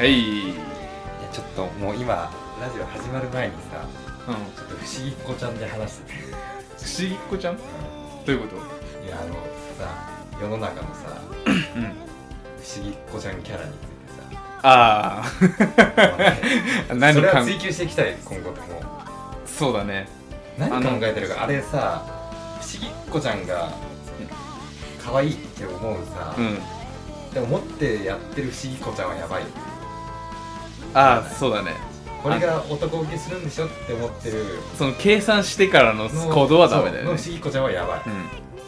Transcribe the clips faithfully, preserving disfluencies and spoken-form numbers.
はい。いやちょっともう今ラジオ始まる前にさ、 うん、 ちょっと不思議っ子ちゃんで話してて不思議っ子ちゃん、どういうこと？ いやあのさ、世の中のさ、 うん、 不思議っ子ちゃんキャラについてさ、 ああ何それはかん追求していきたい今後も。 そうだね。 何考えてるか、あれさ、不思議っ子ちゃんが可愛いって思うさ、 うん、 でも持ってやってる不思議っ子ちゃんはやばいよ。 ああそうだね。 これが男受けするんでしょって思ってるその計算してからの行動はダメだよね。 の不思議っ子ちゃんはやばい。 うん、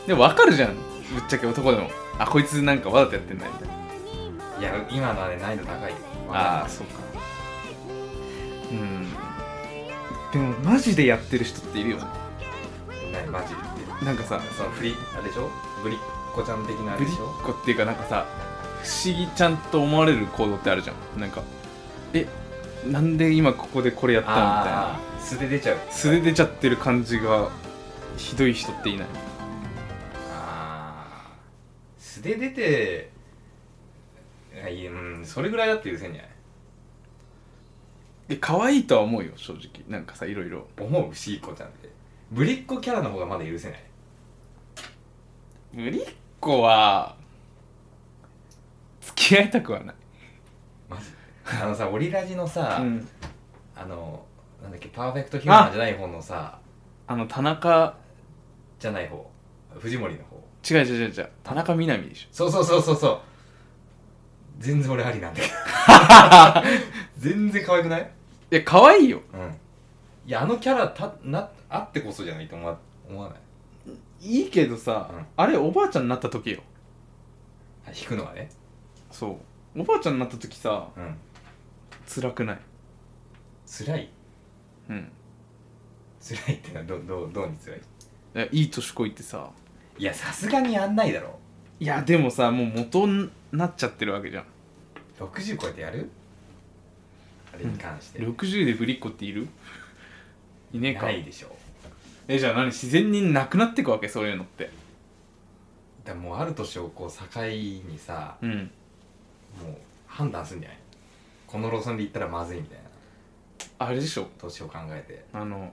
でも分かるじゃん、ぶっちゃけ男でも。あ、こいつなんかわざとやってんだみたいな。 いや今のはね難易度高いよ。 ああそうか。うん、でもマジでやってる人っているよね。 何マジでってなんかさ、 そのフリあれでしょ、ぶりっ子ちゃん的なあぶりっれでしょ。 子っていうかなんかさ、不思議ちゃんと思われる行動ってあるじゃん。なんかえなんで今ここでこれやったのみたいな、 素で出ちゃう、 素で出ちゃってる感じがひどい人っていない？ あー素で出て、いやいや、うん、それぐらいだって許せんじゃない。 え可愛いとは思うよ正直。なんかさ、いろいろ思う不思議っ子ちゃんって、ぶりっ子キャラの方がまだ許せない。 ぶりっ子は付き合いたくはない。 マジあのさ、オリラジのさ、 うん、 あのなんだっけ、パーフェクトヒューマンじゃない方のさ、 あの田中じゃない方、藤森の方、 違う違う違う違う、田中みな実でしょ。 そうそうそうそうそう、全然俺ありなんだけど全然可愛くない？ いや可愛いよ。 うん。いやあのキャラたなあってこそじゃないと思わ思わない？ いいけどさ、 うん、 あれおばあちゃんになった時よ。 弾くのはね。 そうおばあちゃんになった時さ、 うん。 辛くない？ 辛い？ うん。 辛いってのはどどどうに辛い？ いやいい年こいてさ。 いやさすがにやんないだろ。 いやでもさ、もう元になっちゃってるわけじゃん。 ろくじゅう超えてやる？あれに関して、 ろくじゅうでぶりっ子っている？いねえか。 ないでしょ。 え、じゃあ何、自然になくなってくわけ、そういうのって。 だからもうある年をこう境にさ、 うん。 もう判断するんじゃない？この路線で行ったらまずいみたいなあれでしょ、 年を考えて。 あの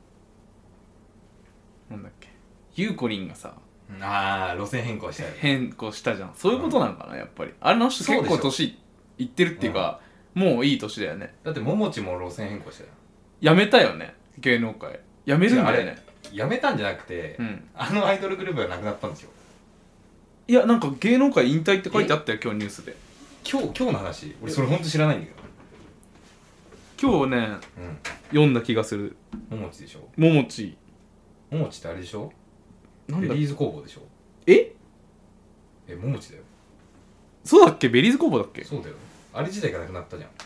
なんだっけ、ゆうこりんがさああ路線変更したよ。 変更したじゃん。そういうことなのかな、やっぱり。あれの人結構年いってるっていうか、もういい年だよね。 だってももちも路線変更したよ。 やめたよね、芸能界。やめるんだよね。 やめたんじゃなくて、 うん、 あのアイドルグループがなくなったんですよ。 いやなんか芸能界引退って書いてあったよ今日ニュースで。 今日今日の話、俺それほんと知らないんだけど。 今日ね、 うん、 読んだ気がする。 ももちでしょ。 ももちももちってあれでしょ、 なんだベリーズ工房でしょ。 ええ、ももちだよ。 そうだっけ、ベリーズ工房だっけ。 そうだよ、あれ自体がなくなったじゃん。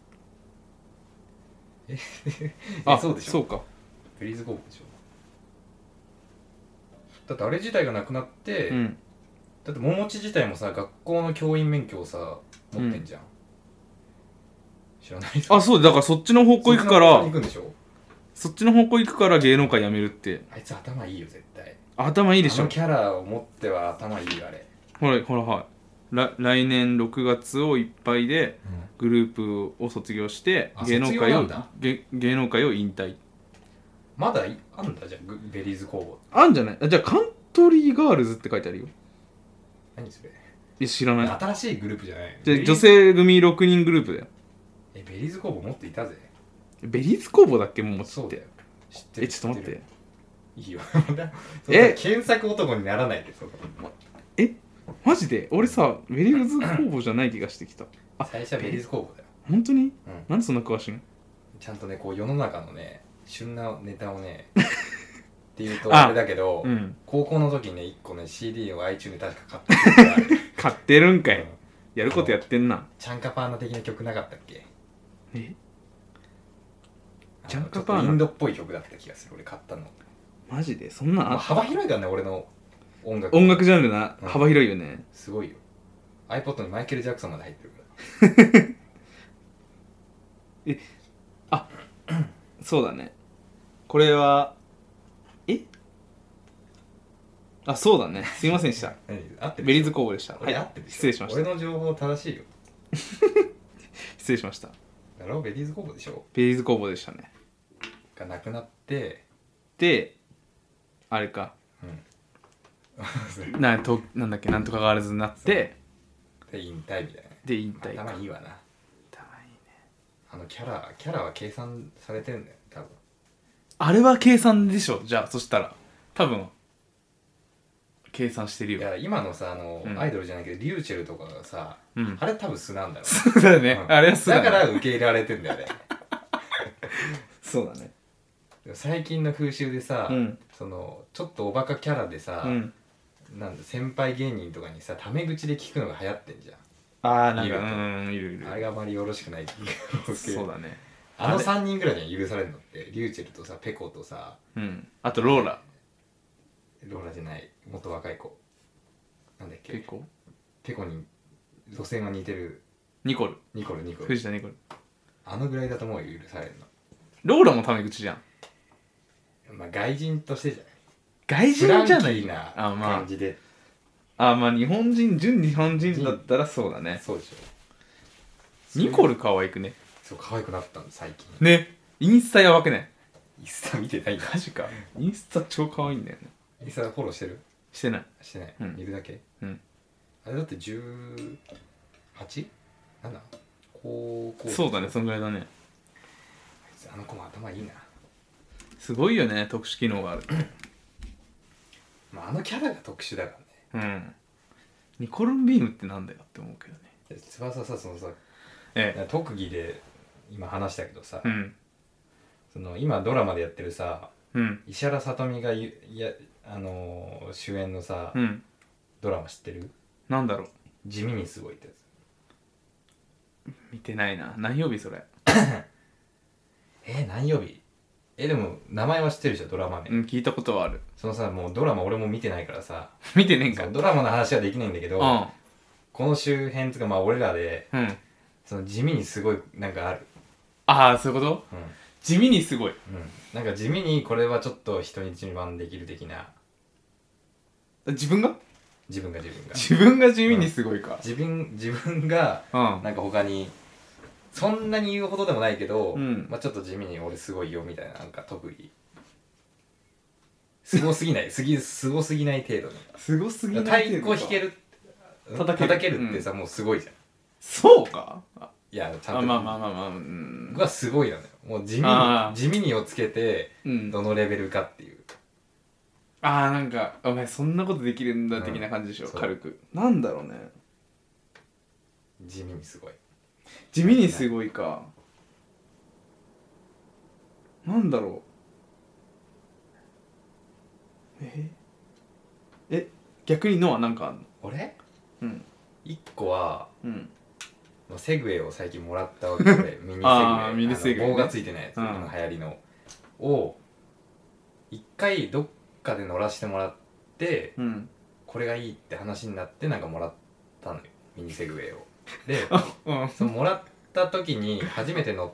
えあ、 そうでしょ。 そうか。 ベリーズ工房でしょ。だってあれ自体がなくなって、 うん、 だってももち自体もさ学校の教員免許をさ持ってんじゃん、うん、知らない？ あ、そうだからそっちの方向行くからそっちの方向行くんでしょ。 そっちの方向行くから芸能界辞めるって。 あいつ頭いいよ絶対。 頭いいでしょ。 あのキャラを持っては頭いいよあれ。 ほらほら、はい、来年ろくがつをいっぱいでグループを卒業して芸能界を芸能界を引退。 まだあんだじゃん、ベリーズ工房あんじゃない？あ、じゃあカントリーガールズって書いてあるよ。 何それ？ え、知らない？ 新しいグループじゃない？ じゃ女性組ろくにんグループだよ。 え、ベリーズ工房持っていたぜ。 ベリーズ工房だっけ、もう持って。 そうだよ、知ってる。 え、ちょっと待って、 いいよえ、検索男にならないでそこ。 え、マジで俺さベリーズ工房じゃない気がしてきた。 あ、最初はベリーズ工房だよ。 本当に？ うん、 なんでそんな詳しいの？ ちゃんとね、こう世の中のね旬なネタをねっていうとあれだけど、うん、高校の時にねいっこね シーディー を iTunes で確か買ってる買ってるんかい、うん、やることやってんな。 チャンカパーナ的な曲なかったっけ？ え？チャンカパーナインドっぽい曲だった気がする、俺買ったの。 マジで？そんな、 まあ、幅広いからね俺の音楽音楽ジャンルな、うん、幅広いよね。 すごいよ。 iPod にマイケル・ジャクソンまで入ってるからえ、あそうだね、これはえあ、そうだね、すいませんでした合ってる？ ベリーズ工房でした。 はい、合ってる。 失礼しました。 俺の情報正しいよ失失礼しました。 だろベリーズ工房でしょ。 ベリーズ工房でしたね。 がなくなってであれか、うん、な, となんだっけなんとかガールズになってで引退みたいな。 で引退か。 頭いいわな。 頭いいね。 あのキャラキャラは計算されてるんだよ多分。 あれは計算でしょ。じゃあそしたら多分計算してるよ。 いや今のさあの、うん、アイドルじゃないけどリューチェルとかがさ、うん、あれ多分素なんだろう。 そうだね、うん、あれは素だ、ね、 だから受け入れられてんだよね。 そうだね。 最近の風習でさ、うん、そのちょっとおバカキャラでさ、うん、なんだ先輩芸人とかにさタメ口で聞くのが流行ってんじゃん。 ああなんかうんいるいる。 あれがあまりよろしくないっていうそうだね。 あのさんにんぐらいには許されるのってリューチェルとさペコとさ、 うん、あとローラ。 ローラじゃないもっと若い子なんだっけ。 ペコペコに路線が似てるニコルニコルニコル藤田ニコル。 あのぐらいだと思うよ許されるの。 ローラもタメ口じゃん。 まあ外人としてじゃない。 外人じゃないな感じで。 あ、まあ、あまあ日本人純日本人だったらそうだね。 そうでしょ。ニコル可愛くね。 そう可愛くなったんだ最近ね。インスタやばくね。 インスタ見てないんだ。 マジか。インスタ超可愛いんだよね。 インスタフォローしてる？ してないしてない、 うん、 見るだけ。 うんあれだってじゅうはち？なんだ高校。 そうだねそんぐらいだね。 あの子も頭いいな。 すごいよね特殊機能がある。 まああのキャラが特殊だからね。 うんニコルンビームってなんだよって思うけどね。 翼さそのさ、 ええ、 特技で今話したけどさ、 うん、 その今ドラマでやってるさ、 うん、 石原さとみがいやあのー、主演のさ、 うん、 ドラマ知ってる？ なんだろう。 地味にすごいってやつ見てないな。何曜日それ？ えー、何曜日？えでも名前は知ってるでしょドラマ名。 うん聞いたことはある。 そのさもうドラマ俺も見てないからさ見てねえんか。 ドラマの話はできないんだけど、 うん、 この周辺とかまあ俺らで、 うん、 その地味にすごいなんかある。 ああそういうこと？ うん、 地味にすごい、うん、 なんか地味にこれはちょっと人に自慢できる的な。 自分が自分が自分が自分が地味にすごいか、 うん、自分自分がなんか他にそんなに言うほどでもないけど、うん、まあちょっと地味に俺すごいよみたいななんか特技すごすぎないすぎすごすぎない程度にすごすぎない程度太鼓弾ける叩ける、叩けるってさ、うん、もうすごいじゃん。 そうか。 いやちゃんとまあまあまあまあ、うん、 がすごいなのよ。もう地味に地味にをつけてどのレベルかっていう、 うん、ああなんかお前そんなことできるんだ的な感じでしょ、うん、軽く。なんだろうね地味にすごい地味にすごいか。なんだろう。ええ逆にのはなんかあんの？ 俺？ うん一個は、 うん、 セグウェイを最近もらったわけでミニセグウェイミニセグウェイ、ね、 棒がついてないやつ、うん、流行りのを一回どっかで乗らせてもらって、 うん、 これがいいって話になってなんかもらったのよミニセグウェイを。で、うん、そのもらった時に初めて乗って、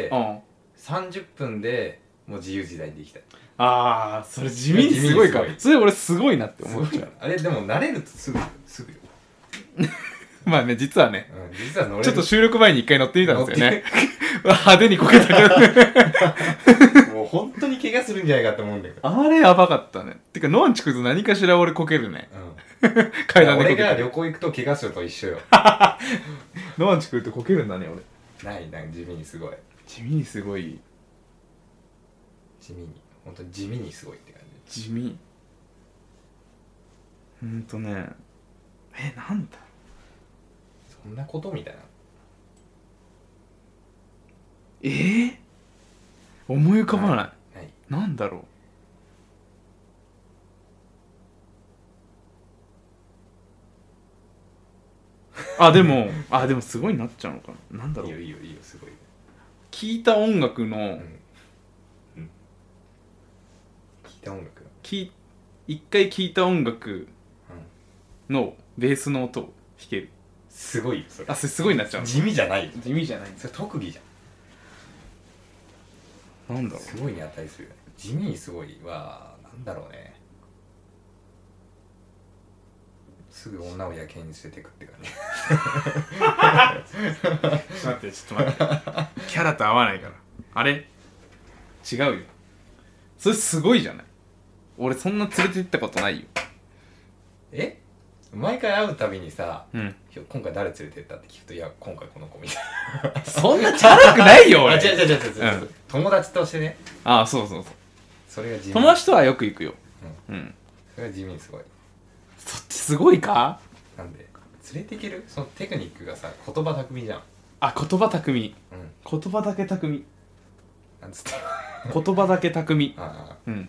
うん、さんじゅっぷんでもう自由自在にできた。 ああそれ地味にすごいか。それ俺すごいなって思っちゃう。 あれでも慣れるとすぐすぐよ。 まあね実はね、 うん、実は乗れる。 ちょっと収録前に一回乗ってみたんですよね。派手にこけたからもう本当に怪我するんじゃないかって思うんだけど。 あれやばかったね。てかノアンチクと何かしら俺こけるね、うん、階段でこける。 俺が旅行行くと怪我すると一緒よ。 ノアンチクとこけるんだね俺。 ないなんか地味にすごい地味にすごい地味に本当に地味にすごいって感じ。地味ほんとね。えなんだそんなことみたいな。 えー、思い浮かばない。 ない。 なんだろう。あでもあでもすごいなっちゃうのかな。なんだろう。 いいよいいよいいよすごい。 聴いた音楽の、うんうん、 聴いた音楽き一回聴いた音楽のベースの音を弾ける。 すごいよそれ。 あそれすごいなっちゃうの。 地味じゃないよ。 地味じゃない。 それ特技じゃん。なんだろう。 すごいに値するよね。地味にすごいはなんだろうね。 すぐ女を夜景に連れてくって感じちょっと待ってちょっと待ってキャラと合わないからあれ違うよそれすごいじゃない俺そんな連れて行ったことないよえ毎回会うたびにさ、 うん、 今回誰連れてったって聞くといや今回この子みたいなそんなチャラくないよ俺あ違う違う違う違う、うん、友達としてねああそうそうそうそれが地味友達とはよく行くようん、うん、 それが地味にすごいそっちすごいかなんで連れていけるそのテクニックがさ言葉巧みじゃんあ言葉巧み、うん、言葉だけ巧みなんつった言葉だけ巧みああうん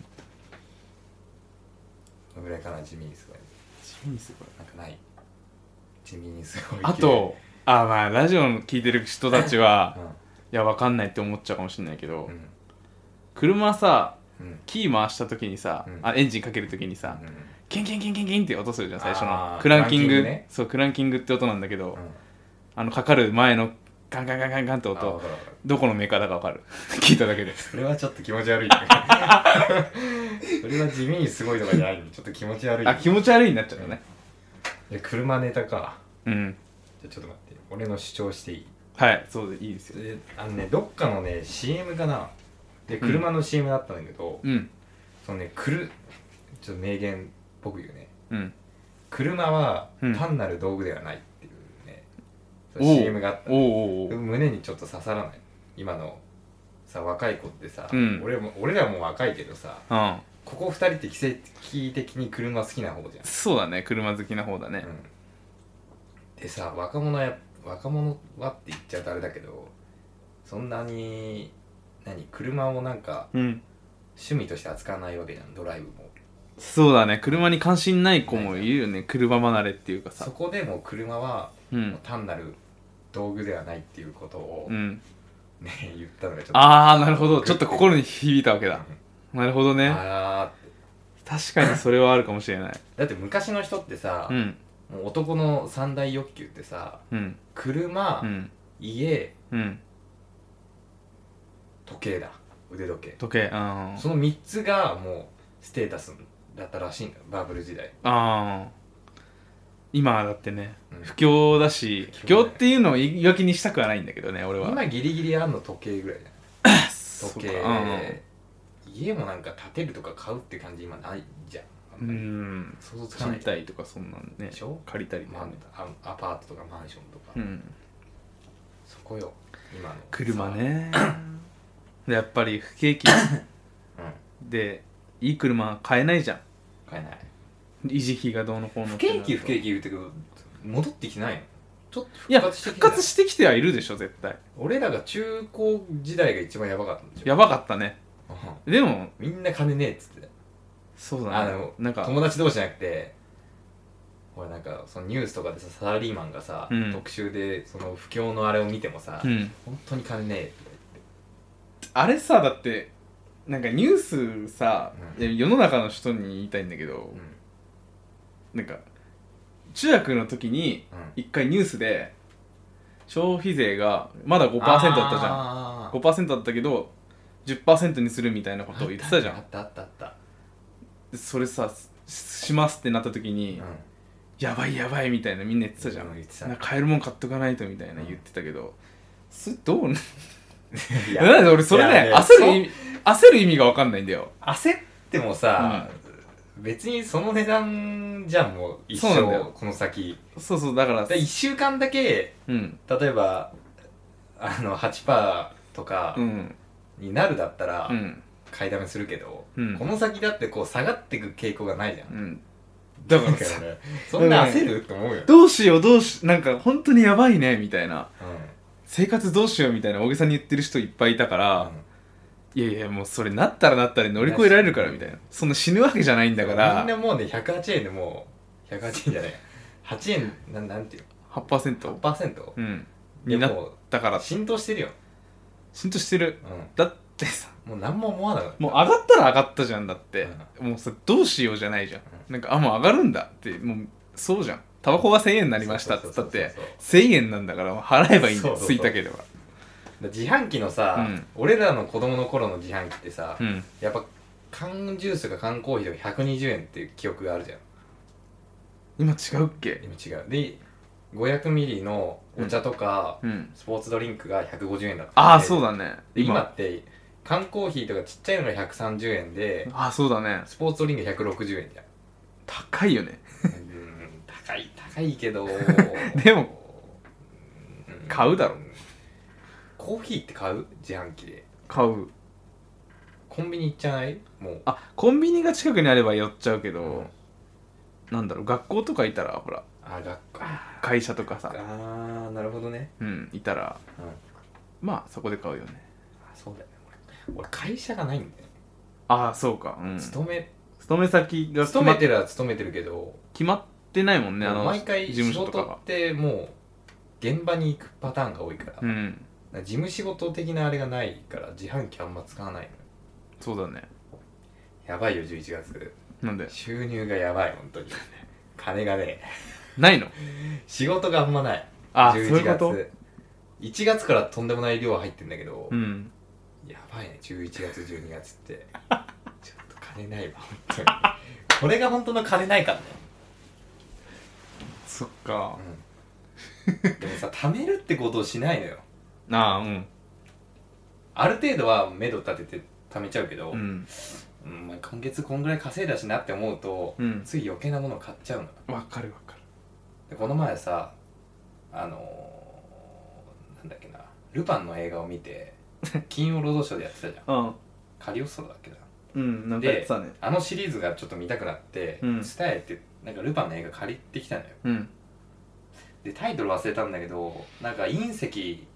そのぐらいかな地味にすごい地味にすごいなんかない地味にすごいあとあまあラジオの聞いてる人たちは、うん、いやわかんないって思っちゃうかもしれないけど、うん、車さ、うん、キー回した時にさ、うん、あエンジンかける時にさ、うん、キンキンキンキンキンって音するじゃん最初のクランキング、ね、そうクランキングって音なんだけど、うん、あのかかる前のガンガンガンガンガンって音どこのメーカーだかわかる聞いただけでそれはちょっと気持ち悪いそれは地味にすごいとかじゃないのちょっと気持ち悪いあ気持ち悪いになっちゃうね、 うん、車ネタかうんじゃあちょっと待って俺の主張していいはいそうでいいですよであのねどっかのね シーエム かなで車の シーエム だったんだけど、 うん、 そのねくるちょっと名言っぽく言うね、 うん、 車は単なる道具ではないっていうね、うん、シーエム があったの胸にちょっと刺さらない今のさ若い子ってさ、うん、俺も俺らも若いけどさ、うん、ここふたりって奇跡的に車好きな方じゃんそうだね車好きな方だね、 うん、でさ若者や若者はって言っちゃうとあれだけどそんなに何車をなんか、うん、趣味として扱わないわけじゃんドライブもそうだね車に関心ない子もいるよね車離れっていうかさそこでも車は、うん、単なる道具ではないっていうことを、うんね、言ったのがちょっとああなるほどちょっと心に響いたわけだ、うん、なるほどねあ確かにそれはあるかもしれないだって昔の人ってさ、うん、もう男の三大欲求ってさ、うん、車、うん、家、うん、時計だ腕時計時計あそのみっつがもうステータスだったらしいんだよバブル時代ああ今だってね、うん、不況だし不況っていうのを言い訳にしたくはないんだけどね俺は今ギリギリあんの時計ぐらいじゃん時計、うん、家もなんか建てるとか買うって感じ今ないじゃんうん想像つかない賃貸とかそんなんね借りたりね、 まあ、アパートとかマンションとか、うん、そこよ今の車ねでやっぱり不景気、うん、でいい車買えないじゃん買えない維持費がどうのこうの不景気不景気言うてけど戻ってきてないのちょっと復活してきて復活してきてはいるでしょ絶対俺らが中高時代が一番やばかったんでしょやばかったね、うん、でもみんな金ねえっつってそうだねあのなんか友達同士じゃなくてほらなんかそのニュースとかでさサラリーマンがさ、うん、特集でその不況のあれを見てもさ、うん、本当に金ねえって言ってあれさだってなんかニュースさ、うん、世の中の人に言いたいんだけど、うんなんか中学の時に一回ニュースで消費税がまだ ごパーセント だったじゃん ごパーセント だったけど じゅっパーセント にするみたいなことを言ってたじゃんあったあったあったそれさしますってなった時に、うん、やばいやばいみたいなみんな言ってたじゃん、うん、なんか買えるもん買っとかないとみたいな言ってたけど、うん、それどうなんで俺それね焦る意味焦る意味が分かんないんだよ焦ってもさ、うん別にその値段じゃんもう一生この先そうそうだからいっしゅうかんだけ、うん、例えばあの はちパーセント とかになるだったら、うん、買いだめするけど、うん、この先だってこう下がっていく傾向がないじゃん、うん、 だからねそんな焦るって思うよどうしようどうしなんか本当にやばいねみたいな、うん、生活どうしようみたいな大げさに言ってる人いっぱいいたから、うんいやいやもうそれなったらなったら乗り越えられるからみたいなそんな死ぬわけじゃないんだからみんなもうねひゃくはちえんでもうひゃくはちえんじゃないはちえんな ん, なんていうのはちパーセント? はちパーセント? うんになったから浸透してるよ浸透してる、うん、だってさもう何も思わなかったもう上がったら上がったじゃんだって、うん、もうさどうしようじゃないじゃん、うん、なんかあもう上がるんだってもうそうじゃんタバコがせんえんになりましたって言ったってせんえんなんだから払えばいいんだよ吸いたければ自販機のさ、うん、俺らの子供の頃の自販機ってさ、うん、やっぱ缶ジュースとか缶コーヒーとかひゃくにじゅうえんっていう記憶があるじゃん今違うっけ？ 今違うでごひゃくミリのお茶とか、 うん、 スポーツドリンクがひゃくごじゅうえんだった。 ああそうだね。 今って缶コーヒーとかちっちゃいのがひゃくさんじゅうえんで、 ああそうだね。 スポーツドリンクひゃくろくじゅうえんじゃん。 高いよね。 うん高い高いけどでも買うだろ。 コーヒーって買う？自販機で買う。 コンビニ行っちゃない？もうあコンビニが近くにあれば寄っちゃうけど、 うんなんだろう学校とかいたらほらあ学校会社とかさあーなるほどね。 うんいたら、 うんまあそこで買うよね。 あそうだよね。俺俺会社がないんだよね。 ああそうか。うん。 勤め勤め先が決勤まっめてるは勤めてるけど決まってないもんね。あの毎回事務仕所とかが事ってもう現場に行くパターンが多いから、 うん。 事務仕事的なあれがないから自販機あんま使わないの。 そうだね。 やばいよじゅういちがつ。 なんで収入がやばい本当に。金がねないの？ 仕事があんまない。 あじゅういちがつそういうこといちがつからとんでもない量入ってんだけど、 うん。 やばいねじゅういちがつじゅうにがつってちょっと金ないわ本当に。これが本当の金ないからね。 そっか。 うん、でもさ貯めるってことをしないのよ。 ああうんある程度は目処立てて貯めちゃうけど、 うんうんまあ、今月こんぐらい稼いだしなって思うと、 うん。 つい余計なものを買っちゃうの。 わかるわかる。 でこの前さあのー、なんだっけなルパンの映画を見て金曜ロードショーでやってたじゃん。 うんカリオストロだっけな。 うんなんかやってたね。 あのシリーズがちょっと見たくなってうん伝えてなんかルパンの映画借りてきたのよ。 うんでタイトル忘れたんだけどなんか隕石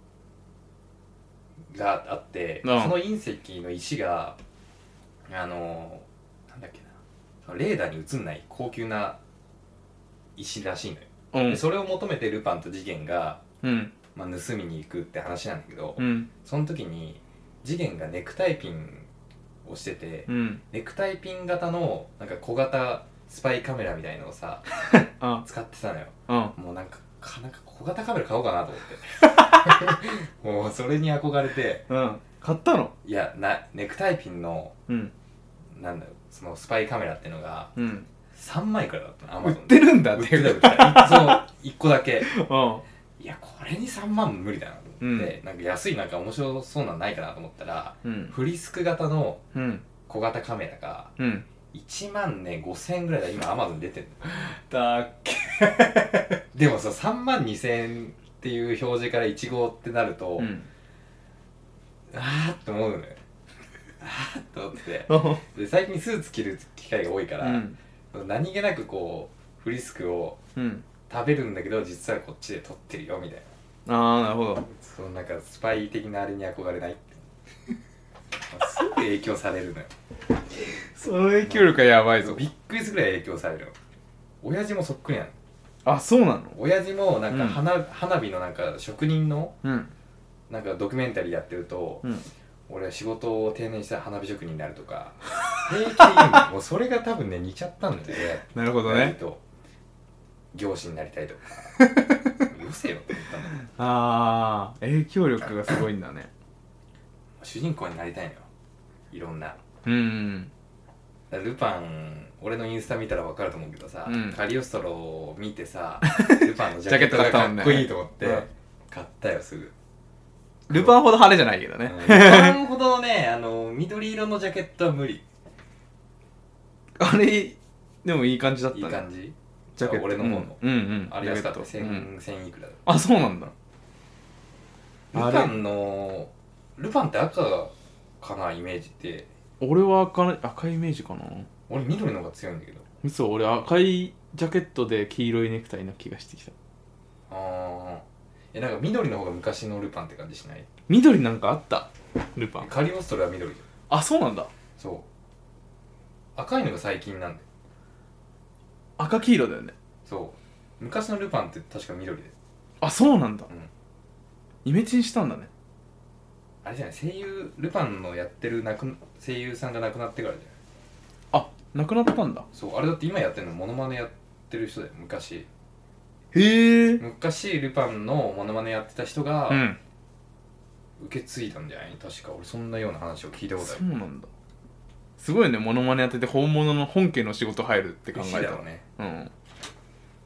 があって、 うんその隕石の石があのー、なんだっけなそのレーダーに映んない高級な石らしいのよ。 うんでそれを求めてルパンと次元が、 うんまあ、盗みに行くって話なんだけど、 うんその時に次元がネクタイピンをしてて、 うんネクタイピン型のなんか小型スパイカメラみたいのをさあ使ってたのよ。 うんもうなんかかなんか小型カメラ買おうかなと思ってもうそれに憧れてうん買ったの？ いやなネクタイピンのうんなんだろうそのスパイカメラっていうのがうんさんまいくらいだったの。アマ売っゾンでてるんだ売ってっていうた売ってたそういっこだけうんいやこれにさんまんも無理だなと思って、うん、なんか安いなんか面白そうなのないかなと思ったら、 うん、 フリスク型のうん小型カメラがうんいちまんねごせんえんぐらいだ今アマゾン出てるだっけでもささんまんにせんえんっていう表示からいち号ってなると、うん、あーって思うのよあーって思ってで最近スーツ着る機会が多いから、うん、何気なくこうフリスクを食べるんだけど実はこっちで撮ってるよみたいな。ああなるほど。 そのなんかスパイ的なあれに憧れないってすぐ影響されるのよその影響力はやばいぞ。 びっくりするぐらい影響されるの。親父もそっくりなの。 あそうなの？ 親父もなんか 花,、 うん、 花火のなんか職人の、 うん、 なんかドキュメンタリーやってると、 うん、 俺は仕事を定年したら花火職人になるとか平気で言うのもうそれが多分ね似ちゃったんだよねなるほどね。 と業師になりたいとかよせよって言ったんだけどああ影響力がすごいんだね主人公になりたいのよいろんな。 うんルパン俺のインスタ見たら分かると思うけどさ、うん、カリオストロを見てさルパンのジャケットがかっこいいと思って買ったよすぐ。 ルパンほど派手じゃないけどね、 うん、ルパンほどのねあの緑色のジャケットは無理。 あれでもいい感じだったね。 いい感じジャケット俺の方の、 うんうんうん、 あれ安かったせん、 うん、 せんいくらだ。 あそうなんだ。 ルパンのルパンって赤かなイメージって。 俺は赤い赤いイメージかな。 俺緑の方が強いんだけど。 そう俺赤いジャケットで黄色いネクタイな気がしてきた。 ああえなんか緑の方が昔のルパンって感じしない？ 緑なんかあったルパン。 カリオストロは緑じゃん。あそうなんだ。 そう赤いのが最近なんだよ。 赤黄色だよね。 そう昔のルパンって確か緑で。 あそうなんだ、 うん、 イメチェンしたんだね。 あれじゃない声優ルパンのやってるなく声優さんが亡くなってからじゃない。 あ亡くなったんだ。 そうあれだって今やってるのモノマネやってる人だよ昔。 へえ。 昔ルパンのモノマネやってた人が、 うん、 受け継いだんじゃない確か。俺そんなような話を聞いたことある。 そうなんだ。すごいねモノマネやってて本物の本家の仕事入るって考えたらね。 うん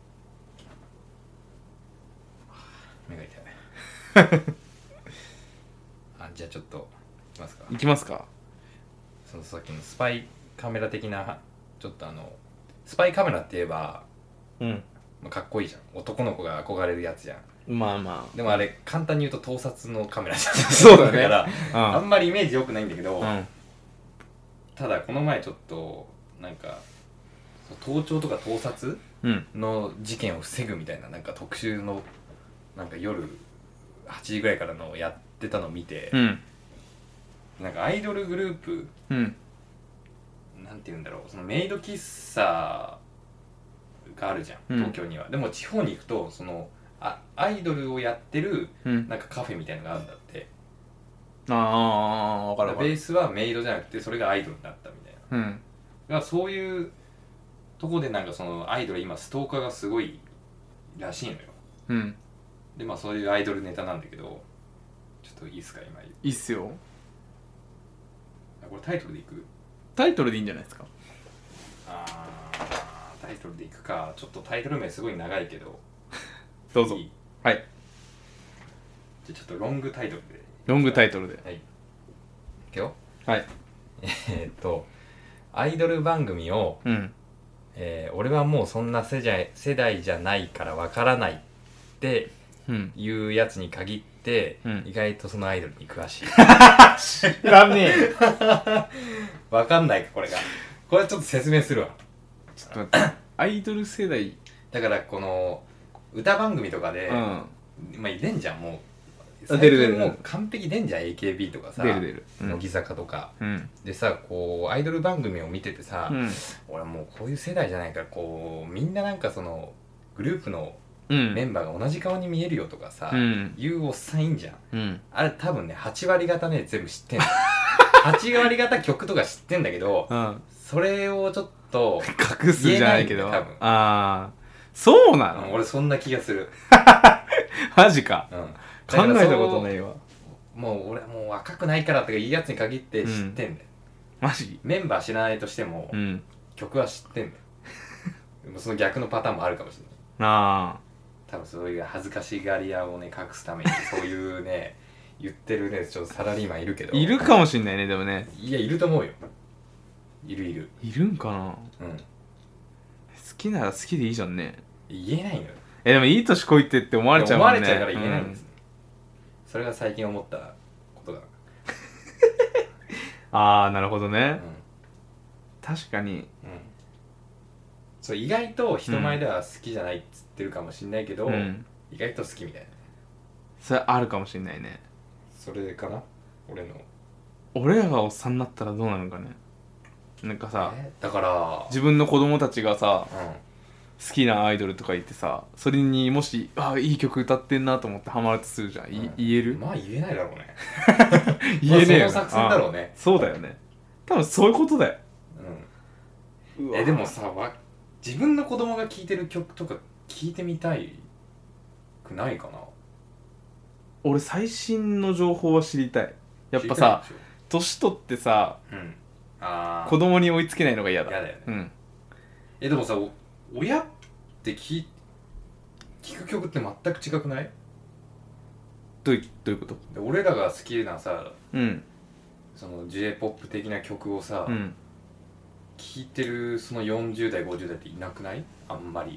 目が痛いあ、じゃあちょっといきますかいきますか。 そのさっきのスパイカメラ的な、ちょっとあのスパイカメラって言えば、 うん、 まあ、かっこいいじゃん、男の子が憧れるやつじゃん。 まあまあでもあれ簡単に言うと盗撮のカメラじゃんそうだねだから、 うん、 あんまりイメージ良くないんだけど、 うん、 ただこの前ちょっとなんか盗聴とか盗撮の事件を防ぐみたいな、なんか特集のなんか夜はちじぐらいからのやってたのを見て、 うん、 なんかアイドルグループ、 うん、 なんて言うんだろう、そのメイド喫茶があるじゃん、 うん、 東京には。でも地方に行くとそのあアイドルをやってるうんなんかカフェみたいなのがあるんだって。 ああ分かる分かる。 ベースはメイドじゃなくてそれがアイドルになったみたいな。 うん、 だからそういうとこでなんかそのアイドル今ストーカーがすごいらしいのよ。 うん、 でまあそういうアイドルネタなんだけど、ちょっといいっすか今。 いいっすよ。 これタイトルでいく？ タイトルでいいんじゃないですか。 あータイトルでいくか。ちょっとタイトル名すごい長いけどどうぞ。 いい？ はい。 じゃあちょっとロングタイトルで。 ロングタイトルで。 はい。いくよ。 はい。 えーっとアイドル番組を、 うん、 えー俺はもうそんな世代世代じゃないからわからないっていうやつに限って、うん、意外とそのアイドルに詳しい。 知らねえ。 わかんないかこれが。これちょっと説明するわ。 ちょっと待って。アイドル世代だからこの歌番組とかで、うん、まあ出んじゃんもう。最近もう完璧出んじゃん エーケービー とかさ、 出る出る、 うん、乃木坂とか、 うん、 でさこうアイドル番組を見ててさ、 うん、 俺もうこういう世代じゃないからこうみんななんかそのグループのメンバーが同じ顔に見えるよとかさ、うん、いうおっさんいいんじゃん、うん、あれ多分ねはち割方ね全部知ってんのはち割方曲とか知ってんだけど、うん、それをちょっと隠すじゃないけど、多分ああそうなの、 うん、俺そんな気がするマジか、 うん、 考えたことないわ。もう俺もう若くないからとかいいやつに限って知ってんだよ、うん、 マジメンバー知らないとしても、うん、曲は知ってんだよでもその逆のパターンもあるかもしれない。ああ多分そういう恥ずかしがり屋をね隠すためにそういうね言ってるねちょっとサラリーマンいるけどいるかもしんないね。でもねいやいると思うよ。いるいるいるんかな。うん好きなら好きでいいじゃんね。 言えないのよ。 えでもいい年こいてって思われちゃうもんね。 思われちゃうから言えないんです、うん、それが最近思ったことだああなるほどね、うん、確かに、うん、 そう意外と人前では好きじゃないっつってるかもしんないけど、うん、意外と好きみたいな。 それあるかもしんないね。 それかな俺の。 俺らがおっさんになったらどうなるのかね。なんかさ、 えー、だから自分の子供たちがさ、うん、好きなアイドルとか言ってさ、それにもしあいい曲歌ってんなと思ってハマるとするじゃん、うん、言える？ まあ言えないだろうね言えねえよ、 まあ、その作戦だろうね。 そうだよね。多分そういうことだよ、 うん、えでもさ自分の子供が聴いてる曲とか聴いてみたいくないかな。 俺最新の情報は知りたい。やっぱさ年取ってさ、うん、あ子供に追いつけないのが嫌だ。 嫌だよね、うん、えでもさ親って聴く曲って全く違くない？ どういう、どういうこと？ 俺らが好きなさ、うん、その ジェイポップ 的な曲をさ、うん、聴いてるそのよんじゅう代ごじゅう代っていなくない？あんまり。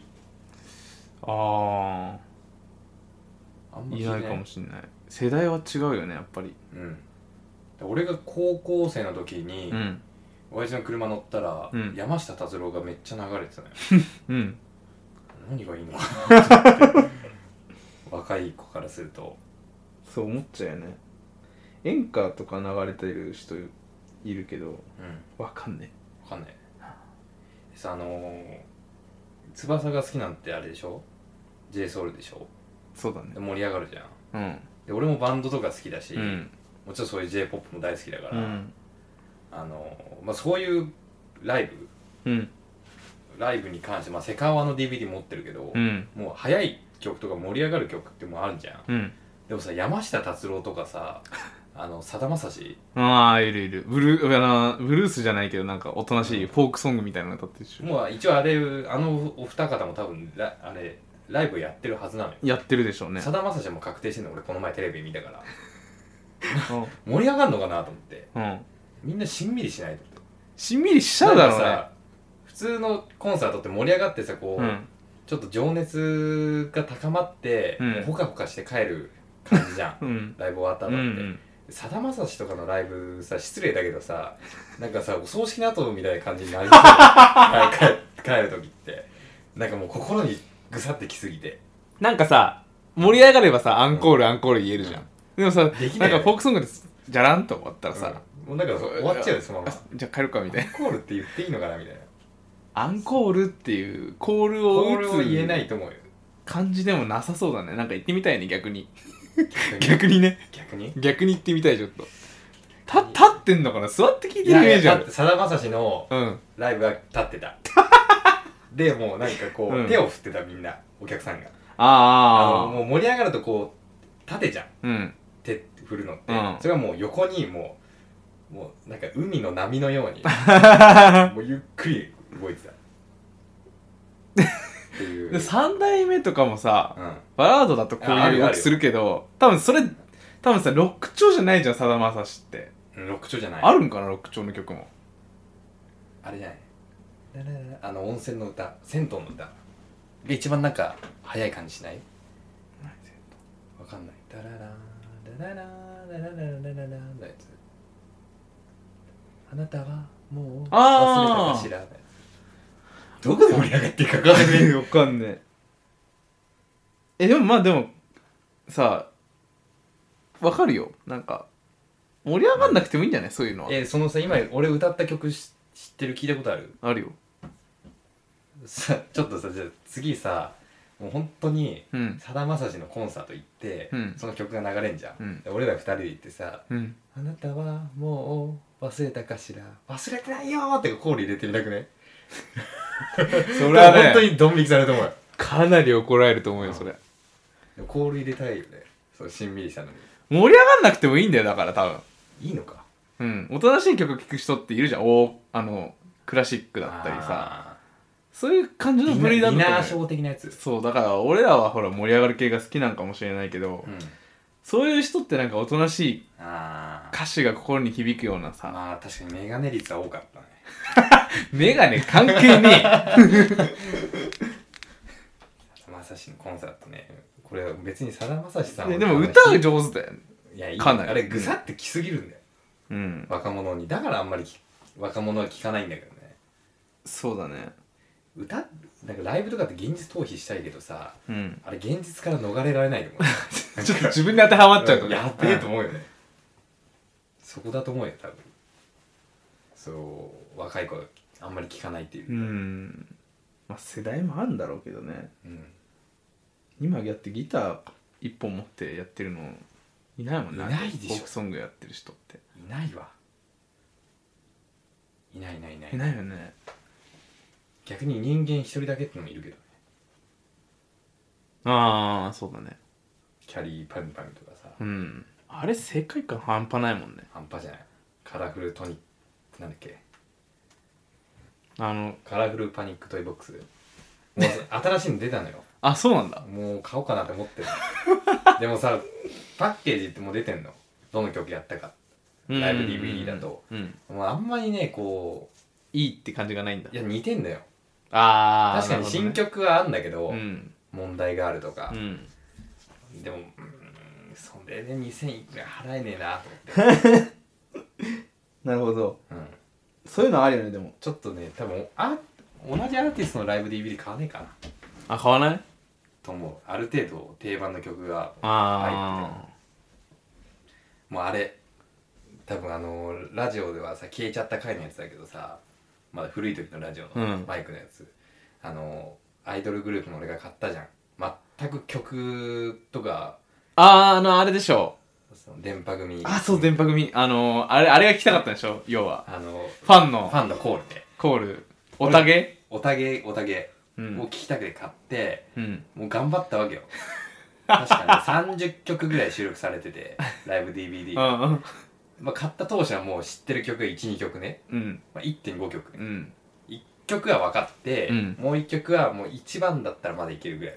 ああいないかもしんない。世代は違うよねやっぱり。うん俺が高校生の時に、うん、親父の車乗ったら、うん、山下達郎がめっちゃ流れてたのよ、うん、何がいいのかな若い子からするとそう思っちゃうよね。演歌とか流れてる人いるけど、うん、わかんねえわかんねえさあのー、翼が好きなんてあれでしょ ジェイソウル でしょ。 そうだね。 で盛り上がるじゃん、うん、で俺もバンドとか好きだし、うんもちろんそういう ジェイポップ も大好きだから、うん、あのまあ、そういうライブ、うん、ライブに関して、まあ、セカオワの ディーブイディー 持ってるけど、うん、もう速い曲とか盛り上がる曲ってもうあるじゃん、うん、でもさ山下達郎とかさあのさだまさしああいるいるブルーあのブルースじゃないけどなんかおとなしいフォークソングみたいなの歌ってるし、 もう一応あれあのお二方も多分あれライブやってるはずなのよ。 やってるでしょうね。 さだまさしも確定してんの。俺この前テレビ見たから盛り上がんのかなと思って、うん、みんなしんみりしないと思って。 しんみりしちゃうだろうね。 普通のコンサートって盛り上がってさ、こう、うん、ちょっと情熱が高まって、うん、もうほかほかして帰る感じじゃん、うん、ライブ終わった後ってさだまさしとかのライブさ、失礼だけどさ、なんかさ、お葬式の後みたいな感じになりそう帰, 帰る時ってなんかもう心にぐさってきすぎて、 なんかさ、盛り上がればさ、アンコール、うん、アンコール言えるじゃん、うん、でもさ、なんかフォークソングでじゃらんと終わったらさ、 うん、もうなんか終わっちゃうよそのまま。 じゃあ帰るかみたいな。 アンコールって言っていいのかなみたいな。 アンコールっていうコールを打つ言えないと思うよ。 感じでもなさそうだね。なんか言ってみたいね、逆に。逆にね。 逆に逆に言ってみたい、ちょっと。た立ってんのかな、座って聞いてるイメージある。 さだまさしのライブが立ってた、うん、でもうなんかこう、うん、手を振ってたみんなお客さんが。ああ、もう盛り上がるとこう縦じゃん、うん、手振るのって、うん、それはもう横にもうもうなんか海の波のようにもうゆっくり動いてたっていう。 でさん代目とかもさ、うん、バラードだとこういう動きするけど、多分それ多分さロック調じゃないじゃん、さだまさしって。 ロック調じゃない。 あるんかな、ロック調の曲も。 あれじゃない、あの温泉の歌、銭湯の歌が一番なんか早い感じしない？わかんない。ダララダララダララダララのやつ。あなたはもう忘れたかしら。どこで盛り上がってるか分かんない。 わかんねえ。え、でもまあでもさ、わかるよ。なんか盛り上がんなくてもいいんじゃない、そういうのは。 え、そのさ、今俺歌った曲知ってる、聞いたことある？ あるよ。 さ、ちょっとさ、じゃあ次さ、もう本当にさだまさしのコンサート行って、うん、その曲が流れんじゃん、うん、俺ら二人で行ってさ、うん、あなたはもう忘れたかしら、忘れてないよーってコール入れてみたくね？それはね、本当にドン引きされると思うよ。 かなり怒られると思うよ、うん、それ。 でもコール入れたいよね、そうしんみりしたのに。 盛り上がんなくてもいいんだよ、だから多分。 いいのか。 うん、おとなしい曲聴く人っているじゃん。おあのクラシックだったりさ、そういう感じの振りだと、 ディナーショー的なやつ。 そうだから、俺らはほら盛り上がる系が好きなんかもしれないけど、うん、そういう人ってなんかおとなしい歌詞が心に響くようなさ。 まあ確かにメガネ率は多かったね。 メガネ関係ねえ。 まさしのコンサートね、これ別にさだまさしさんはでも歌が上手だよね。 いや、いいかなりあれぐさってきすぎるんだよ、うん、若者に。だからあんまり若者は聞かないんだけどね。 そうだね。 歌なんかライブとかって現実逃避したいけどさ、うん、あれ現実から逃れられないと思う。 ちょっと自分に当てはまっちゃうとね、 やってると思うよね。そこだと思うよ多分。そう若い子があんまり聞かないっていう。うん、 まあ世代もあるんだろうけどね、うん、今やってギター一本持ってやってるのいないもんね。 いないでしょ、 フォークソングやってる人って。 いないわ。いないいないいないいないよね。 逆に人間一人だけってのもいるけどね。 ああ、そうだね。 キャリーパミュパミュとかさ、 うん、あれ世界観半端ないもんね。 半端じゃない。カラフルトニックなんだっけ、 あのカラフルパニックトイボックス。もう新しいの出たのよ。 あ、そうなんだ。 もう買おうかなって思ってる。でもさ、パッケージってもう出てんの、どの曲やったか、ライブ ディーブイディー だと、うんうん、もうあんまりねこういいって感じがないんだ。 いや似てんだよ。 あ確かに新曲はあるんだけど、ね、問題があるとか、うん、でも、うん、それでにせんいくら払えねえなと思って。 なるほど、うん、そういうのあるよね。でもちょっとね、多分あ同じアーティストのライブ ディーブイディー 買わねえかな。 あ、買わないと思う。ある程度定番の曲が入っててもうあれ多分あのラジオではさ消えちゃった回のやつだけどさ、まだ古い時のラジオのマイクのやつ、うん、あのアイドルグループの俺が買ったじゃん。全く曲とか、 あーあのあれでしょ、 その電波組。 あ、そう、電波組。あのあれあれが聞きたかったでしょ、要はあのファンのファンのコールでコールおたげおたげおたげを聞きたくて買って、うん、もう頑張ったわけよ。確かにさんじゅっきょくぐらい収録されててライブ ディーブイディー がまあ買った当初はもう知ってる曲がいち、にきょくね、うんまあ、いってんごきょくね、うん、いっきょくは分かって、うん、もういっきょくはもういちばんだったらまだいけるぐらいの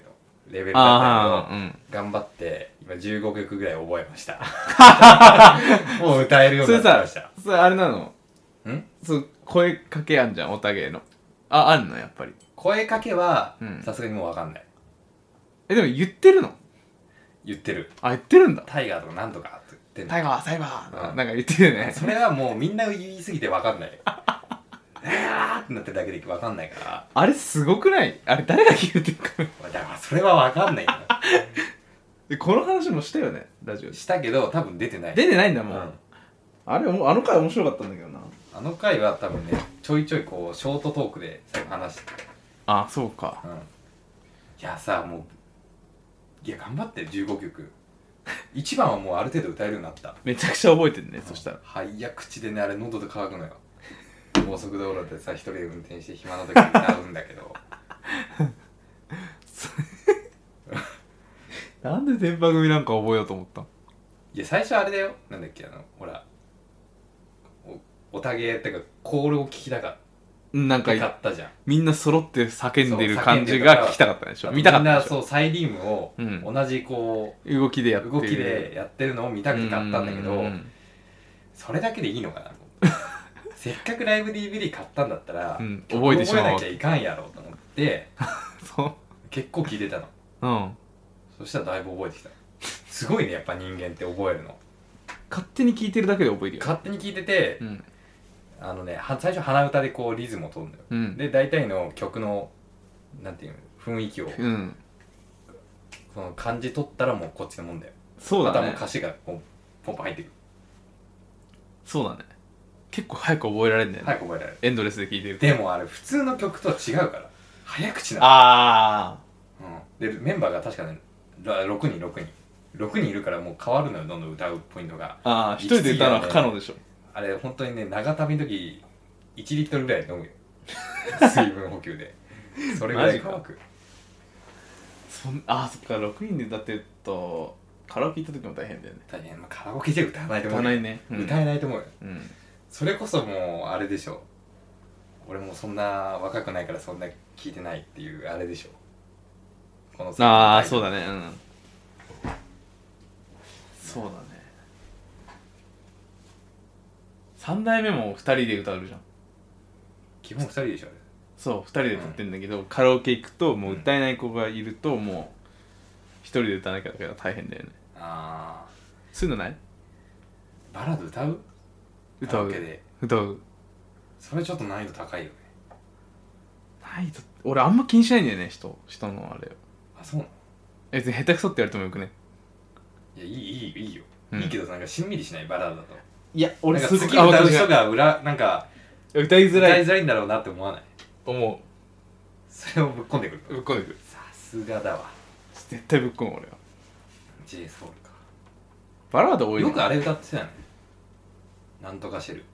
レベルだったけど、うん、頑張って今じゅうごきょくぐらい覚えましたもう歌えるようになってました。 それあれなのんそう声かけあんじゃんおたげのああんのやっぱり声かけはさすがにもう分かんない。 えでも言ってるの言ってる。 あ言ってるんだ。 タイガーとかなんとかって言ってんの。 タイガーサイバー、うん、なんか言ってるよね。 それはもうみんな言いすぎて分かんないあーってなってるだけで分かんないから。 あれすごくない？あれ誰が言うてるかだからそれは分かんないよでこの話もしたよねラジオで。 したけど多分出てない。 出てないんだもん、うん、あれもあの回面白かったんだけどな。 あの回は多分ねちょいちょいこうショートトークで最後話して。 あそうか、うん、 いやさもういや頑張ってじゅうごきょくいちばんはもうある程度歌えるようになった。 めちゃくちゃ覚えてるね、うん、そしたら早口でねあれ喉で乾くのよ高速道路でさ一人で運転して暇な時に歌うんだけどなんで電波組なんか覚えようと思ったん？ いや最初あれだよなんだっけあのほら お, おたげってかコールを聞きたかったなんかったじゃん。 みんな揃って叫んでる感じが聞きたかったでしょ。見たかったでしょ。 みんなそうサイリウムを同じこう、 うん、動きでやってる動きでやってるのを見たくて買ったんだけど、それだけでいいのかなせっかくライブ ディーブイディー 買ったんだったら、うん、覚えてしまう覚えなきゃいかんやろうと思ってそう結構聞いてたの。うんそしたらだいぶ覚えてきた。すごいねやっぱ人間って覚えるの。 勝手に聞いてるだけで覚えるよ。 勝手に聞いてて、うんあのね、最初鼻歌でこうリズムを取るのよ、うん、で大体の曲のなんていうの雰囲気を、うん、その感じ取ったらもうこっちのもんだよ。 そうだね。 またもう歌詞がポンポンポン入ってくる。 そうだね。結構早く覚えられるんだよね。 早く覚えられる。 エンドレスで聴いてる。 でもあれ普通の曲とは違うから早口なの。 ああ、 うん、でメンバーが確かねろくにんろくにんろくにんいるからもう変わるのよどんどん歌うポイントが。 ああ一人で歌うのは不可能でしょ。 あれ本当にね長旅の時いちリットルぐらい飲むよ水分補給でそれぐらい乾く。 そんあそっかろくにんで歌ってるとカラオケ行った時も大変だよね。 大変、まあ、カラオケじゃ歌わないと思う。 歌わないね、 うん、歌えないと思うよ、 うん、 それこそもうあれでしょ。俺もそんな若くないからそんな聞いてないっていうあれでしょこのああそうだねうんそうだね。さんだいめもふたりで歌うじゃん。 基本ふたりでしょあれ。 そうふたりで歌ってんだけど、うん、カラオケ行くともう歌えない子がいるともうひとりで歌わなきゃだから大変だよね。 ああそういうのない？ バラード歌う？ 歌う。カラオケで歌う。 それちょっと難易度高いよね。 難易度俺あんま気にしないんだよね人人のあれ。 あそうなの？ 別に下手くそって言われてもよくね。 いやいいいいいいよ、うん、いいけどなんかしんみりしないバラードだと。 いや俺すごい歌う人が裏なんか歌いづらい歌いづらいんだろうなって思わない？ 思う。 それをぶっ込んでくる。 ぶっ込んでくる。 さすがだわ。 絶対ぶっ込む俺は。 ジェイソウルか。 バラード多いね。 よくあれ歌ってたよね。なんとかシェル。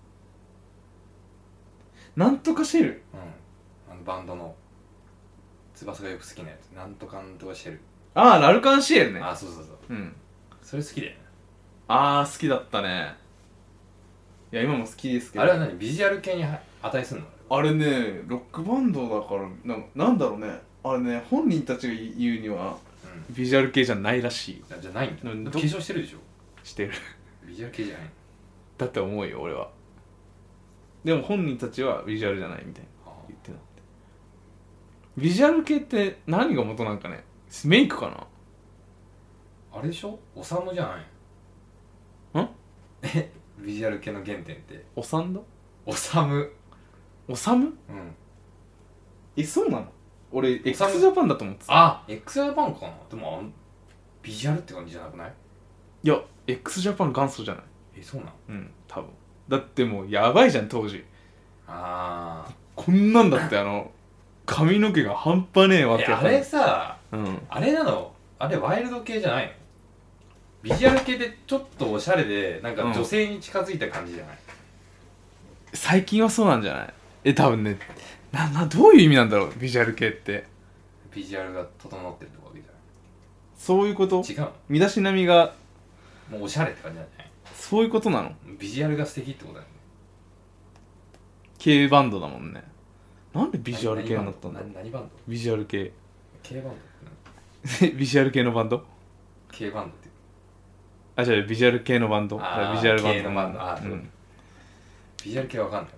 なんとかシェル。 うん。あのバンドの翼がよく好きなやつ。なんとかなんとかシェル。 ああラルカンシエルね。 あそうそうそう。 うん。 それ好きだよね。 ああ好きだったね。いや今も好きですけど。 あれは何ビジュアル系に値するの？ あれねロックバンドだからな、なんだろうねあれね本人たちが言うには、うん、ビジュアル系じゃないらしい。 じゃないんだ。化粧してるでしょ。 してる。 ビジュアル系じゃないだって思うよ俺は。でも本人たちはビジュアルじゃないみたいな言ってなって。ビジュアル系って何が元なんかね。メイクかな。 あれでしょおさむじゃないんえビジュアル系の原点っておさんだおさむおさむうんえそうなの俺 x ジャパンだと思ってた。 あ x ジャパンかな。でもビジュアルって感じじゃなくない？ いや x ジャパン元祖じゃない。 えそうなの？ うん多分だってもうやばいじゃん当時。 ああこんなんだってあの髪の毛が半端ねえわけ。 あれさ、 うん、 あれなのあれワイルド系じゃないの？ビジュアル系でちょっとおしゃれでなんか女性に近づいた感じじゃない、うん、 最近はそうなんじゃない？え多分ねななどういう意味なんだろうビジュアル系って。 ビジュアルが整ってるとかわけじゃない？ そういうこと？ 違うの？ 身だしなみがもうおしゃれって感じなんじゃない？ そういうことなの？ ビジュアルが素敵ってことだよね。 K バンドだもんね。なんでビジュアル系になったんだろう。 何バンド？ ビジュアル系。 K バンドってビジュアル系のバンド K バンドってあ、じゃあビジュアル系のバンド。 あビジュアルバンド系のバンド。あ、 う、 そうんビジュアル系わかんない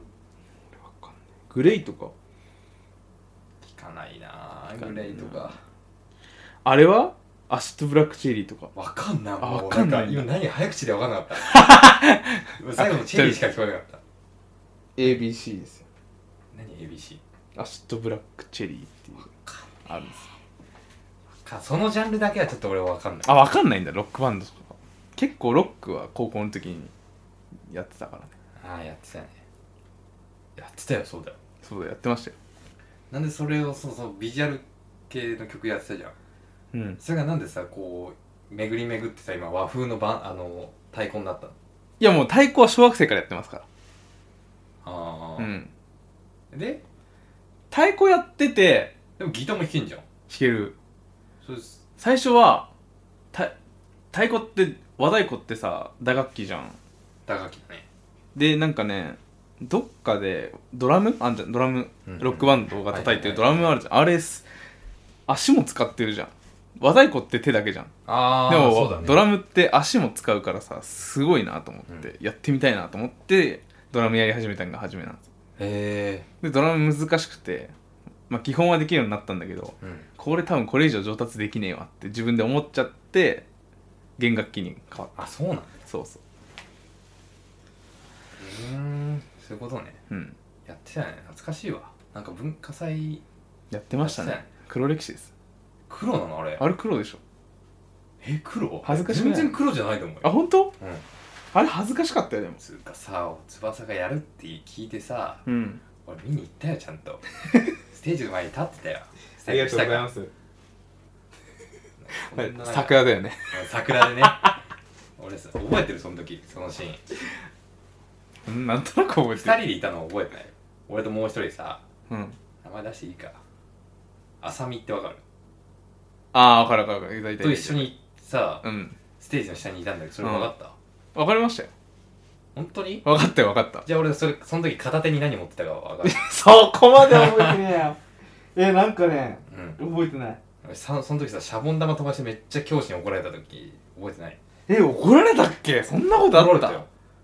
グレイとか聞かないなグレイとか。 あれはアシッドブラックチェリーとかわかんない。 あ、わかんないんだ。 今何早口でわかんなかった最後のチェリーしか聞こえなかった。 エービーシー ですよ。 何 エービーシーアシッドブラックチェリーっていうあるんですよ。 か。そのジャンルだけはちょっと俺わかんない。 あ、わかんないんだ。ロックバンドとか結構ロックは高校の時にやってたからね。 ああ、やってたよね。やってたよ。そうだよ。 そうだ、やってましたよ。 なんでそれをそうそうビジュアル系の曲やってたじゃん。 うん、 それがなんでさ、こう巡り巡ってさ、今和風のばあの太鼓になったの。 いやもう太鼓は小学生からやってますから。 ああ、 うん。 で太鼓やっててでもギターも弾けんじゃん。 弾ける。 そうです。 最初はた太鼓って和太鼓ってさ打楽器じゃん。 打楽器だね。 でなんかねどっかでドラムあんじゃん。ドラム、うんうん、ロックバンドが叩いてるドラムあるじゃん。あれ足も使ってるじゃん。和太鼓って手だけじゃん。 あでもそうだ、ね、 ドラムって足も使うからさすごいなと思って、うん、やってみたいなと思ってドラムやり始めたのが初めなんですよ。 へえ。でドラム難しくて、まあ、基本はできるようになったんだけど、うん、これ多分これ以上上達できねえわって自分で思っちゃって弦楽器に変わった。 あ、そうなんだ。 そうそう。 うーん、そういうことね。 うん。 やってたよね。懐かしいわ。なんか文化祭やってましたね。黒歴史です。 黒なのあれ。 あれ黒でしょ。 え、黒？ 恥ずかしくない？ 全然黒じゃないと思うよ。 あ、本当？うん。あれ恥ずかしかったよ。でもつうかさ、翼がやるって聞いてさ、 うん、 俺見に行ったよちゃんと。ステージの前に立ってたよ。 ありがとうございます。桜だよね。 桜でね。俺さ覚えてるその時そのシーン。なんとなく覚えてる。 ふたりでいたの覚えてない？俺ともう一人さ、うん、名前出していいか。あさみってわかる？ ああ、分かる分かる分かる。 と一緒にさ、 うん、 ステージの下にいたんだけど、それ分かった？ うん、分かりましたよ。 本当に？ 分かったよ分かった。 じゃあ俺それその時片手に何持ってたか分かる？ そこまで覚えてねえよ。え、なんかね、うん、覚えてない。 そ, その時さ、シャボン玉飛ばしてめっちゃ教師に怒られた時覚えてない？ え、怒られたっけ？そんなことあった？よ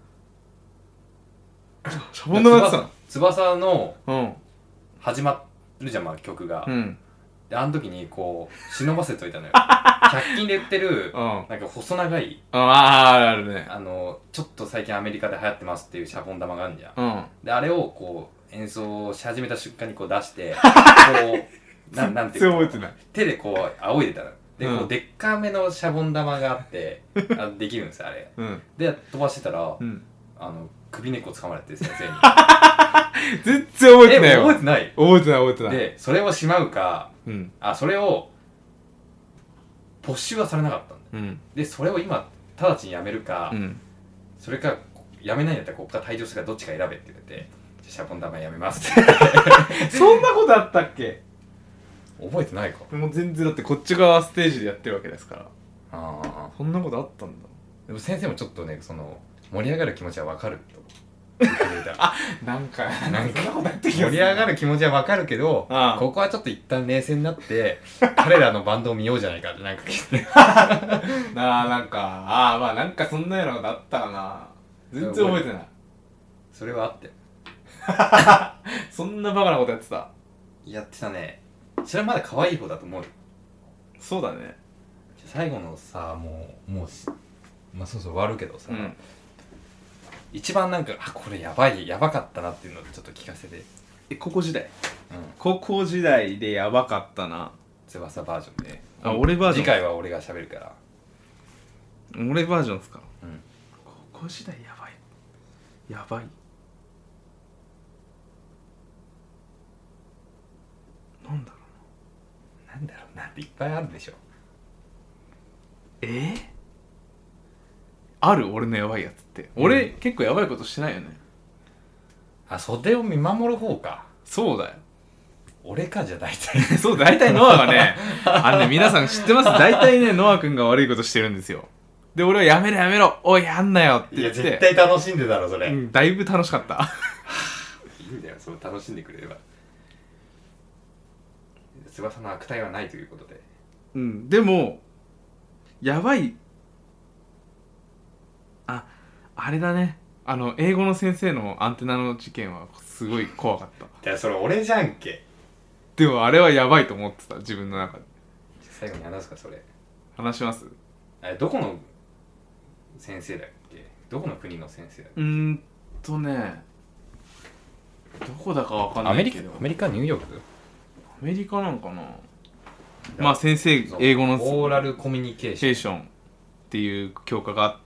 シャボン玉やってたの？ 翼の、うん、始まるじゃん、まあ、曲が、うん、であの時にこう忍ばせといたのよ。ひゃく均で売ってる、うん、なんか細長い、 あああるね、 あのちょっと最近アメリカで流行ってますっていうシャボン玉があるじゃん、 うん、 であれをこう演奏し始めた瞬間にこう出してこうななんていうか手でこう仰いでたので、うん、こうでっかめのシャボン玉があってあできるんですよあれ、うん、で飛ばしてたら、うん、あの首根っこ掴まれて先生に全然覚えてないよ。 覚えてない覚えてない覚えてない。 でそれをしまうか、うん、あそれを没収はされなかったんだ、うん、でそれを今直ちにやめるか、うん、それかやめないんだったらここから退場するかどっちか選べって言われて、シャボン玉やめますってそんなことあったっけ？ 覚えてないか。 もう全然だってこっち側ステージでやってるわけですから。 ああ、 そんなことあったんだ。 でも先生もちょっとね、その盛り上がる気持ちはわかると言ってくれた。 あ、なんかなんか盛り上がる気持ちはわかるけど、ああここはちょっと一旦冷静になって彼らのバンドを見ようじゃないかってなんか聞いてなあ、なんかああ、まあなんかそんなようなことあったかな。全然覚えてない。 それはあってそんなバカなことやってた？ やってたね。それはまだ可愛い方だと思うよ。 そうだね。 最後のさ、もうもうまあそうそう終わるけどさ、うん、一番なんかあこれやばいやばかったなっていうのをちょっと聞かせて。 え、高校時代、うん、高校時代でやばかったな。 翼バージョンで。 あ、俺バージョン。 次回は俺が喋るから。 俺バージョンですか？ うん。 高校時代やばいやばいなんだろうな。なんだろうなっていっぱいあるでしょ。 えー、ある？俺のやばいやつって。俺、うん、結構やばいことしてないよね。 あ、袖を見守る方か。 そうだよ。 俺か。じゃあ大体そう大体ノアがねあのね皆さん知ってます？大体ねノア君が悪いことしてるんですよ。で俺はやめろやめろおいやんなよって言って。 いや絶対楽しんでたろそれ、 うん、だいぶ楽しかったいいんだよ、それ楽しんでくれれば。翼の悪態はないということで。 うん、でもやばい、ああれだね、あの英語の先生のアンテナの事件はすごい怖かった。 いやそれ俺じゃんけ。 でもあれはやばいと思ってた、自分の中で。 最後に話すかそれ。 話します。 あれどこの先生だっけ、どこの国の先生だっけ。 うーんとねどこだかわかんないけど、 アメリカ、アメリカニューヨーク、 アメリカなんかな。まあ先生英語のオーラルコミュニケーションっていう教科があって、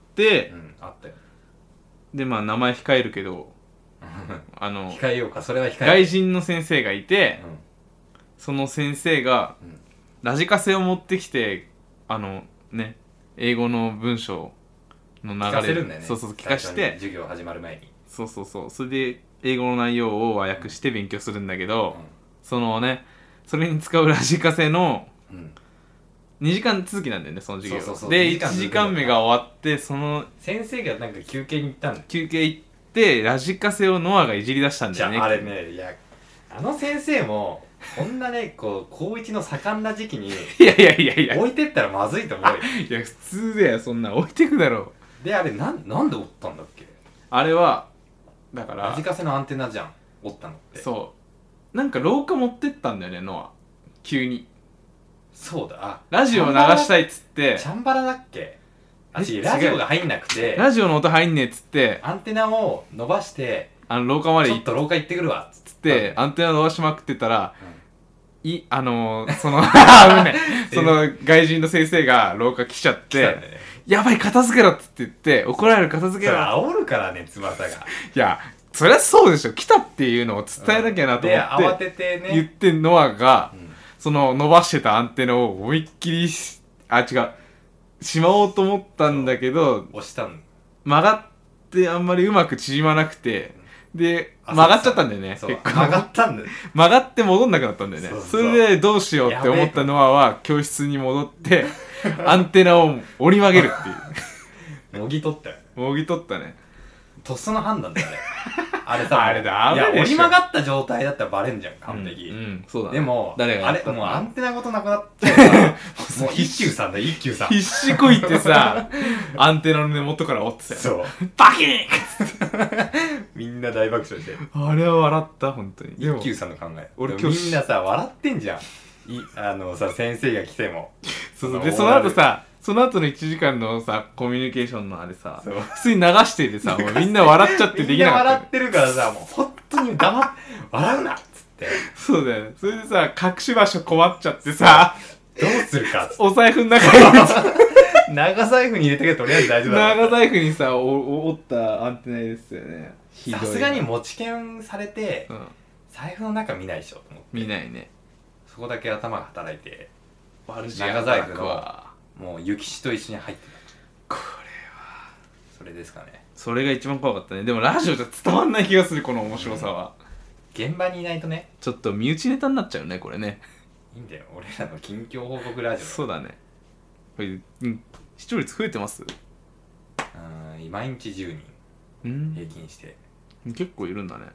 うん、あったよ。 でまあ名前控えるけどあの控えようか、それは控えよう。 外人の先生がいて、 うん、 その先生がラジカセを持ってきて、あのね英語の文章の流れ聞かせるんだよね。 そうそう聞かして授業始まる前にそうそうそうそれで英語の内容を和訳して勉強するんだけど、うん、そのねそれに使うラジカセのにじかん続きなんだよね、その授業。そうそうそうでいちじかんめが終わって、その先生がなんか休憩に行ったんだ。 休憩行ってラジカセをノアがいじり出したんだよね。 じゃああれね、いやあの先生もこんなねこう高一の盛んな時期にいやいやいやいや置いてったらまずいと思うよ。 いや普通だよ、そんな置いてくだろう。であれなんなんで折ったんだっけ。 あれはだからラジカセのアンテナじゃん、折ったのって。 そうなんか廊下持ってったんだよね、ノア急に。 そうだ、あラジオを流したいっつってチャンバラだっけ。あ違う、ラジオが入んなくてラジオの音入んねえっつってアンテナを伸ばしてあの廊下までちょっと廊下行ってくるわっつってアンテナ伸ばしまくってたら、うん、いあのー、そのね、その外人の先生が廊下来ちゃって、ね、やばい片付けろっつって言って怒られる片付けろ。 煽るからね翼が。いやそりゃそうでしょ、来たっていうのを伝えなきゃなと思って、うん、 で慌ててね言ってノアが、うん、その伸ばしてたアンテナを思いっきりあ違うしまおうと思ったんだけど押したん曲がってあんまりうまく縮まなくて、で曲がっちゃったんだよね。 結構曲がったんだよ。 曲がって戻んなくなったんだよね。 そうそう、それでどうしようって思ったノアは教室に戻ってアンテナを折り曲げるっていうもぎ取ったよ。 もぎ取ったね。 とっさの判断だよねあれさあれだ、 いや折り曲がった状態だったらバレんじゃん完璧、 うんうん、そうだね。 でも誰があれもうアンテナごとなくなってもう一休さんだ一休さん必死こいってさアンテナの根元から折ってたよ。 そうバキーンみんな大爆笑してあれは笑った本当に。 一休さんの考え俺みんなさ笑ってんじゃんいあのさ先生が来てもそうそうでその後さその後のいちじかんのさコミュニケーションのあれさ普通に流しててさもうみんな笑っちゃってできなかった、 みんな笑ってるからさもう本当に黙って笑うなっつってそうだよね。それでさ隠し場所困っちゃってさどうするかっつってお財布の中に長財布に入れてけどとりあえず大丈夫だ長財布にさお折ったアンテナですよね。 さすがに持ち券されて、うん、財布の中見ないでしょと思って。 見ないね。 そこだけ頭が働いて悪知恵長財布のもう諭吉と一緒に入ってた。これはそれですかね。 それが一番怖かったね。でもラジオじゃ伝わんない気がするこの面白さは、 うん、現場にいないとねちょっと身内ネタになっちゃうねこれね。 いいんだよ俺らの近況報告ラジオ。 そうだね。これ、うん、視聴率増えてます？ うん毎日じゅうにん平均して、 うん、結構いるんだね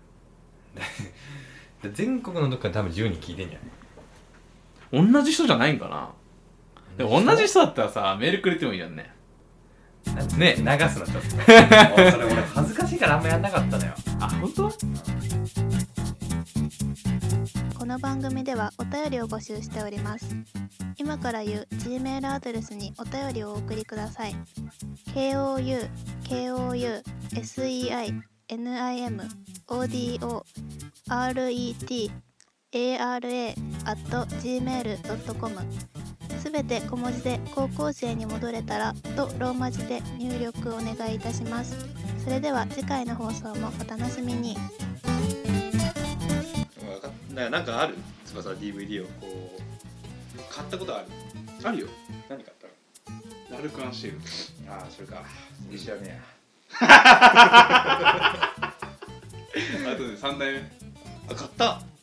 全国のどっかで多分じゅうにん聞いてんじゃない？ 同じ人じゃないんかな。でも同じ人だったらさメールくれてもいいじゃんね。 ね流すのちょっとそれ俺恥ずかしいからあんまやんなかったのよ。 あ本当？ この番組ではお便りを募集しております。今から言う Gmail アドレスにお便りをお送りください。 ケーオーユーケーオーユーエスイーアイエヌアイエムオーディーオーアールイーティーエーアールエー アット ジーメール ドットコム すべて小文字で高校生に戻れたらとローマ字で入力お願いいたします。それでは次回の放送もお楽しみに。 なんかある？翼 ディーブイディー をこう買ったことある？ あるよ。 何買ったの？ ラルクアンシール。 ああそれか。知らねえや。 あとでさんだいめ。 あ買った。